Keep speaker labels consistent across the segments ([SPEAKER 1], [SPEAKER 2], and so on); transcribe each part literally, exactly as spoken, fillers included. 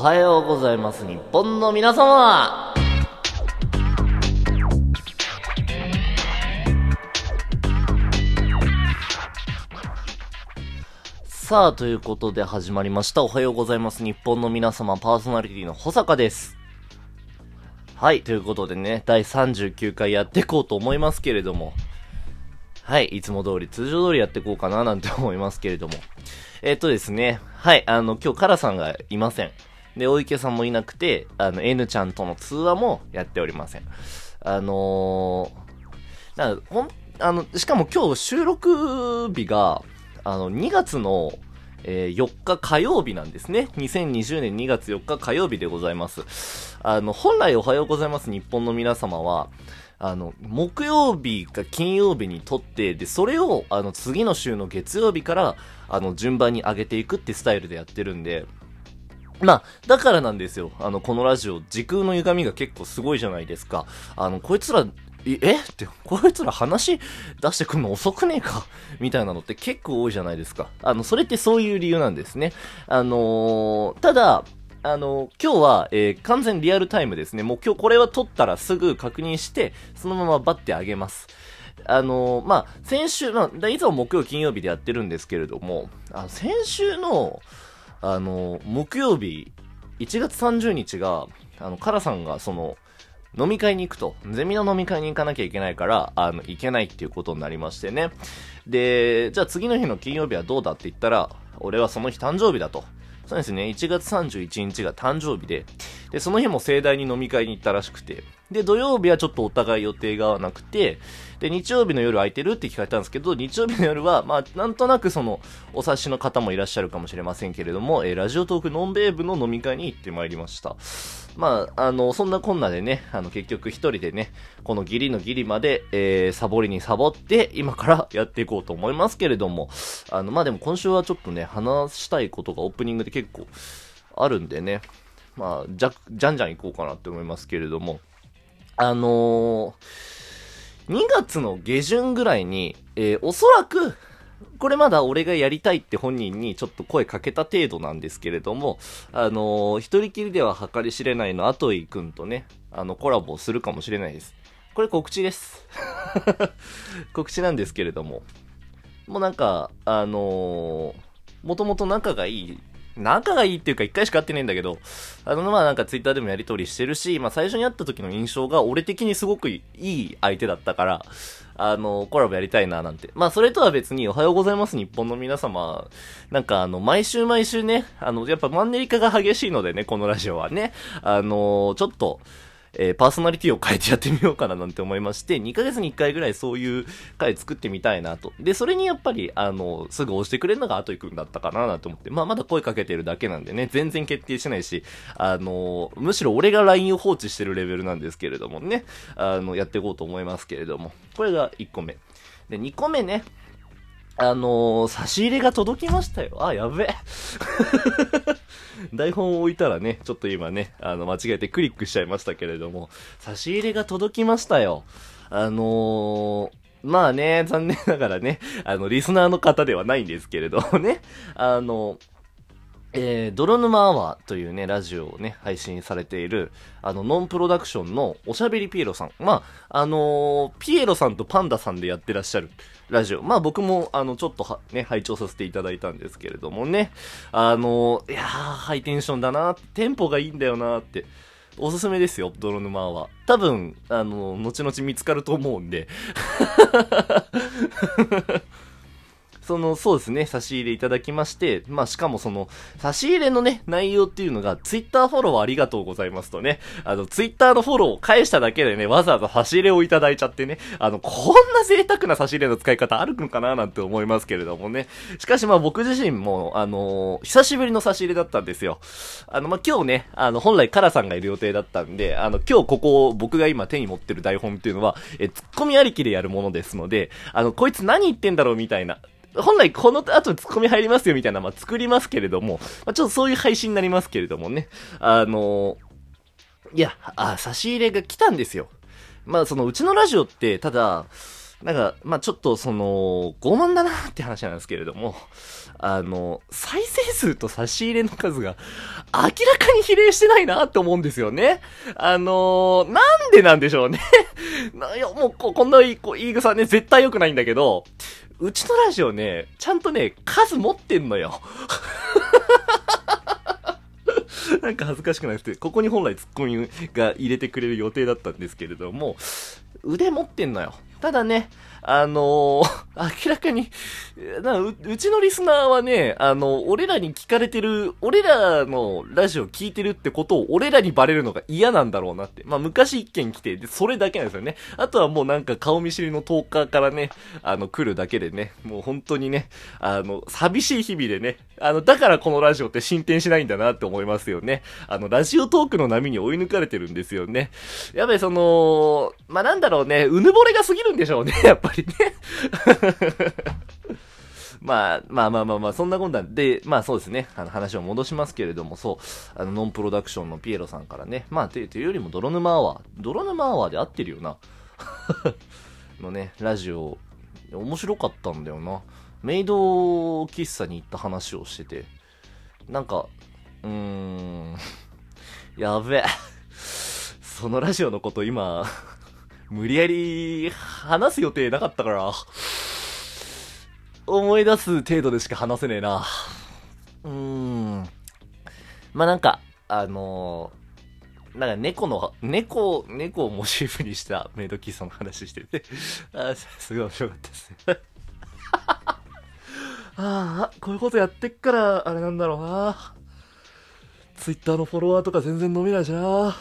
[SPEAKER 1] はようございます日本の皆様。さあということで始まりましたおはようございます日本の皆様、パーソナリティの保坂です。はい、ということでね、だいさんじゅうきゅうかいやっていこうと思いますけれども、はい、いつも通り通常通りやっていこうかななんて思いますけれども、えっとですね、はい、あの今日カラさんがいません。で、大池さんもいなくて、あの N ちゃんとの通話もやっておりません。あのー、なんかほんあのしかも今日収録日があのにがつのえー、よっか火曜日なんですね。にせんにじゅうねんにがつよっか火曜日でございます。あの、本来おはようございます日本の皆様は、あの、木曜日か金曜日に撮って、で、それを、あの、次の週の月曜日から、あの、順番に上げていくってスタイルでやってるんで、まあ、だからなんですよ。あの、このラジオ、時空の歪みが結構すごいじゃないですか。あの、こいつら、ええって、こいつら話出してくんの遅くねえかみたいなのって結構多いじゃないですか。あの、それってそういう理由なんですね。あのー、ただ、あのー、今日は、えー、完全リアルタイムですね。もう今日これは撮ったらすぐ確認して、そのままバッてあげます。あのー、まあ、先週、まあ、いつも木曜金曜日でやってるんですけれども、あの先週の、あのー、木曜日、いちがつさんじゅうにちが、あの、カラさんがその、飲み会に行くと。ゼミの飲み会に行かなきゃいけないから、あの、行けないっていうことになりましてね。で、じゃあ次の日の金曜日はどうだって言ったら、俺はその日誕生日だと。そうですね、いちがつさんじゅういちにちが誕生日で、で、その日も盛大に飲み会に行ったらしくて、で、土曜日はちょっとお互い予定が合わなくて、で、日曜日の夜空いてるって聞かれたんですけど、日曜日の夜は、まあ、なんとなくその、お察しの方もいらっしゃるかもしれませんけれども、えー、ラジオトークノンベーブの飲み会に行ってまいりました。まあ、あの、そんなこんなでね、あの、結局一人でね、このギリのギリまで、えー、サボりにサボって、今からやっていこうと思いますけれども、あの、まあ、でも今週はちょっとね、話したいことがオープニングで結構あるんでね、まあ、じゃ、じゃんじゃん行こうかなって思いますけれども、あのー、にがつの下旬ぐらいに、えー、おそらく、これまだ俺がやりたいって本人にちょっと声かけた程度なんですけれども、あのー、一人きりでは計り知れないのアトイくんとね、あの、コラボするかもしれないです。これ告知です。告知なんですけれども、もうなんか、あのー、もともと仲がいい、仲がいいっていうか一回しか会ってないんだけど、あの、まあなんかツイッターでもやりとりしてるし、まあ最初に会った時の印象が俺的にすごくいい相手だったから、あの、コラボやりたいななんて。まあそれとは別におはようございます日本の皆様、なんかあの、毎週毎週ね、あの、やっぱマンネリ化が激しいのでね、このラジオはね、あの、ちょっと、えー、パーソナリティを変えてやってみようかななんて思いまして、にかげつにいっかいぐらいそういう回作ってみたいなと。で、それにやっぱり、あの、すぐ押してくれるのがアトイくんだったかななんて思って、まあまだ声かけてるだけなんでね、全然決定してないし、あの、むしろ俺が ライン を放置してるレベルなんですけれどもね、あの、やっていこうと思いますけれども、これがいっこめ。で、にこめね、あのー、差し入れが届きましたよ。あ、やべえ。台本を置いたらね、ちょっと今ね、あの、間違えてクリックしちゃいましたけれども、差し入れが届きましたよ。あのー、まあね、残念ながらね、あの、リスナーの方ではないんですけれどもね、あの、えー、泥沼アワーというね、ラジオをね、配信されている、あの、ノンプロダクションのおしゃべりピエロさん。まあ、あのー、ピエロさんとパンダさんでやってらっしゃるラジオ。まあ、僕も、あの、ちょっとは、ね、拝聴させていただいたんですけれどもね、あのー、いやー、ハイテンションだな、テンポがいいんだよなって、おすすめですよ、泥沼アワー。多分、あのー、後々見つかると思うんで、その、そうですね、差し入れいただきまして、まあ、しかもその、差し入れのね、内容っていうのが、ツイッターフォローありがとうございますとね、あの、ツイッターのフォローを返しただけでね、わざわざ差し入れをいただいちゃってね、あの、こんな贅沢な差し入れの使い方あるのかななんて思いますけれどもね。しかしまあ僕自身も、あのー、久しぶりの差し入れだったんですよ。あの、まあ、今日ね、あの、本来カラさんがいる予定だったんで、あの、今日ここ、僕が今手に持ってる台本っていうのは、え、ツッコミありきでやるものですので、あの、こいつ何言ってんだろうみたいな、本来この後ツッコミ入りますよみたいな、まあ、作りますけれども、まあ、ちょっとそういう配信になりますけれどもね。あのー、いや、あ、差し入れが来たんですよ。まあ、そのうちのラジオって、ただ、 なんか、まあちょっとその、傲慢だなって話なんですけれども、あの、再生数と差し入れの数が明らかに比例してないなって思うんですよね。あのー、なんでなんでしょうね。ないや、もうこ、こんないい、こう、言い草ね、絶対良くないんだけど、うちのラジオね、ちゃんとね、数持ってんのよ。なんか恥ずかしくなくて、ここに本来ツッコミが入れてくれる予定だったんですけれども、腕持ってんのよ。ただね、あのー、明らかに、なう、うちのリスナーはね、あの、俺らに聞かれてる、俺らのラジオ聞いてるってことを俺らにバレるのが嫌なんだろうなって。まあ、昔一件来て、で、それだけなんですよね。あとはもうなんか顔見知りのトーカーからね、あの、来るだけでね、もう本当にね、あの、寂しい日々でね、あの、だからこのラジオって進展しないんだなって思いますよね。あの、ラジオトークの波に追い抜かれてるんですよね。やっぱりその、まあ、なんだろうね、うぬぼれが過ぎるんでしょうね、やっぱりね。まあ、まあまあまあまあ、そんなことなんで、まあそうですね、あの話を戻しますけれども、そう、あの、ノンプロダクションのピエロさんからね、まあ、というよりも泥沼アワー、泥沼アワーで合ってるよな。のね、ラジオ、面白かったんだよな。メイド喫茶に行った話をしてて、なんか、うーん、やべえ。そのラジオのこと今、無理やり話す予定なかったから、思い出す程度でしか話せねえな。うーん。まあ、なんか、あのー、なんか猫の、猫、猫をモチーフにしたメイド喫茶の話してて、あ、すごい面白かったですね。ああ、こういうことやってっから、あれなんだろうな。ツイッターのフォロワーとか全然伸びないしな。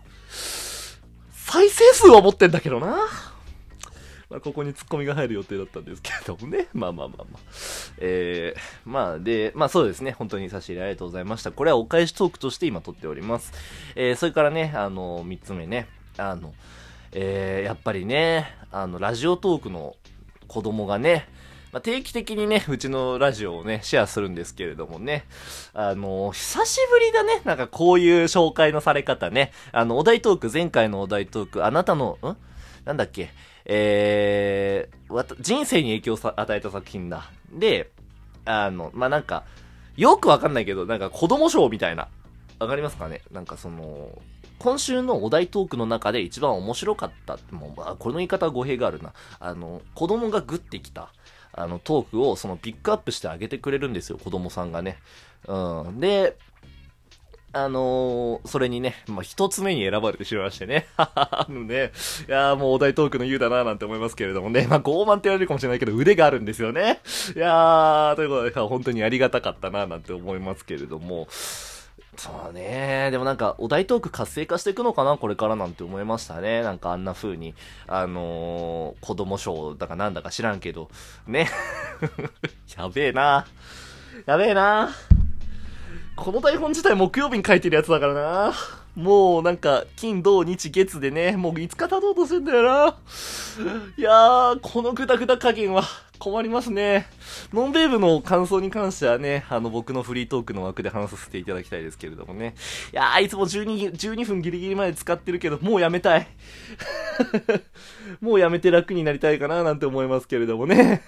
[SPEAKER 1] 再生数は持ってんだけどな。まあ、ここにツッコミが入る予定だったんですけれどもね。まあまあまあまあ。えー、まあで、まあそうですね。本当に差し入れありがとうございました。これはお返しトークとして今撮っております。えー、それからね、あの、三つ目ね。あの、えー、やっぱりね、あの、ラジオトークの子供がね、まあ、定期的にね、うちのラジオをね、シェアするんですけれどもね。あの、久しぶりだね。なんかこういう紹介のされ方ね。あの、お題トーク、前回のお題トーク、あなたの、んなんだっけえー、わた、人生に影響を与えた作品だ。で、あの、まあ、なんか、よくわかんないけど、なんか子供賞みたいな。わかりますかねなんかその、今週のお題トークの中で一番面白かった。もう、この言い方は語弊があるな。あの、子供がグッてきた。あの、トークをそのピックアップしてあげてくれるんですよ、子供さんがね。うん。で、あのー、それにね、まあ、一つ目に選ばれてしまいましてね。あのね、いやーもうお題トークの言うだなーなんて思いますけれどもね。まあ、傲慢って言われるかもしれないけど、腕があるんですよね。いやー、ということで、本当にありがたかったなーなんて思いますけれども。そうね。でもなんか、お題トーク活性化していくのかなこれからなんて思いましたね。なんかあんな風に、あのー、子供賞だかなんだか知らんけど、ね。やべえな。やべえな。この台本自体木曜日に書いてるやつだからな。もうなんか、金、土、日、月でね、もういつか経とうとしてんだよな。いやー、このグダグダ加減は困りますね。ノンベーブの感想に関してはね、あの僕のフリートークの枠で話させていただきたいですけれどもね。いやー、いつもじゅうに、じゅうにふんギリギリまで使ってるけど、もうやめたい。もうやめて楽になりたいかななんて思いますけれどもね。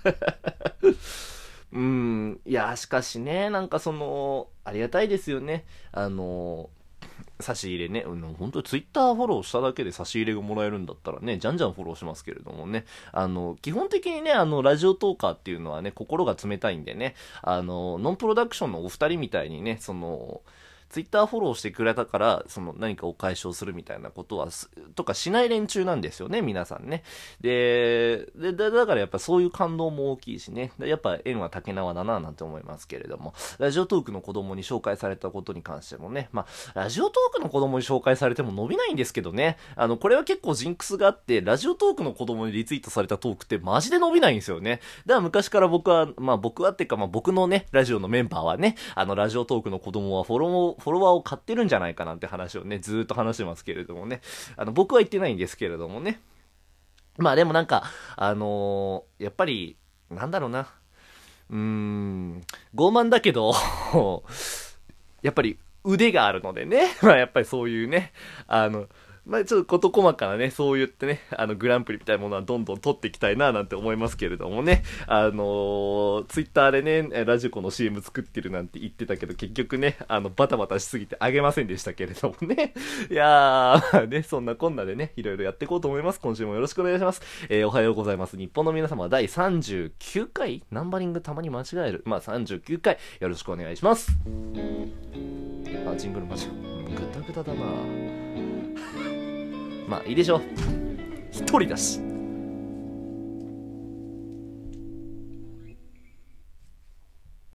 [SPEAKER 1] うーん、いや、しかしね、なんかその、ありがたいですよね。あの、差し入れね、うん、本当にツイッターフォローしただけで差し入れがもらえるんだったらね、じゃんじゃんフォローしますけれどもね、あの、基本的にね、あの、ラジオトーカーっていうのはね、心が冷たいんでね、あの、ノンプロダクションのお二人みたいにね、その、ツイッターフォローしてくれたから、その何かお返しをするみたいなことは、とかしない連中なんですよね、皆さんね。で、で、だからやっぱそういう感動も大きいしね、やっぱ縁は竹縄だななんて思いますけれども、ラジオトークの子供に紹介されたことに関してもね、まあ、ラジオトークの子供に紹介されても伸びないんですけどね、あの、これは結構ジンクスがあって、ラジオトークの子供にリツイートされたトークってマジで伸びないんですよね。だから昔から僕は、まあ僕はっていうか、まあ僕のね、ラジオのメンバーはね、あの、ラジオトークの子供はフォロー、フォロワーを買ってるんじゃないかなんて話をね、ずーっと話してますけれどもね。あの、僕は言ってないんですけれどもね。まあでもなんか、あのー、やっぱり、なんだろうな。うーん、傲慢だけど、やっぱり腕があるのでね。まあやっぱりそういうね、あの、 まあちょっと事細かなね、そう言ってね、あのグランプリみたいなものはどんどん取っていきたいななんて思いますけれどもね、あのー、ツイッターでね、ラジコの シーエム 作ってるなんて言ってたけど、結局ね、あの、バタバタしすぎてあげませんでしたけれどもね。いやー、まあね、そんなこんなでね、いろいろやっていこうと思います。今週もよろしくお願いします。えー、おはようございます。日本の皆様、だいさんじゅうきゅうかいナンバリングたまに間違える。まあさんじゅうきゅうかい、よろしくお願いします。あ、ジングル間違え、ぐだぐだだなまあいいでしょう。一人だし。